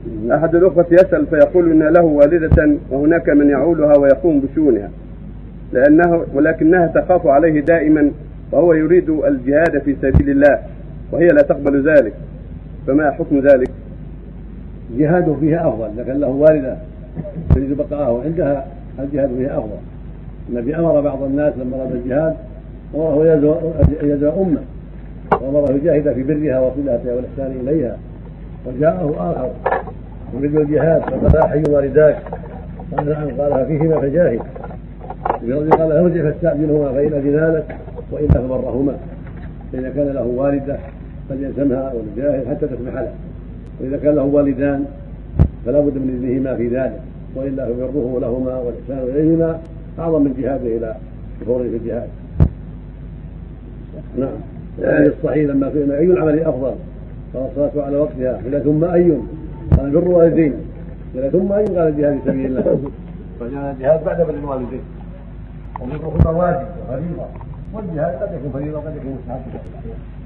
أحد الأخوة يسأل فيقول إن له والدة وهناك من يعولها ويقوم بشؤونها ولكنها تخاف عليه دائما وهو يريد الجهاد في سبيل الله وهي لا تقبل ذلك، فما حكم ذلك؟ الجهاد فيها أفضل، إذا كان له والدة تريد بقاءه عندها الجهاد فيها أفضل. النبي أمر بعض الناس لما أراد الجهاد أمره يدعو أمه وأمره يجاهد في برها وصلتها والإحسان إليها، وجاءه آخر يريد الجهاد فقال أحي والداك، قال نعم، قال فيهما فجاهد. برجل قال ارجع فاستأذنهما فإن أذنانك وإلا فبرهما، فإذا كان له والدة فليلزمها والجاهد حتى تسمح له، وإذا كان له والدان فلا بد من إذنهما في ذلك، وإلا فبره لهما والإحسان إليهما أعظم من جهاده إلى الفور في الجهاد. نعم. يعني الصحيح لما قيل أي العمل أفضل قال الصلاة على وقتها، إلى ثم أي قال بر والدين، إلى ثم أي قال الجهاد في سبيل الله، فجعل الجهاد بعد بر الوالدين، وبرهما واجب وفريضة، والجهاد قد يكون فريضة وقد يكون مستحب.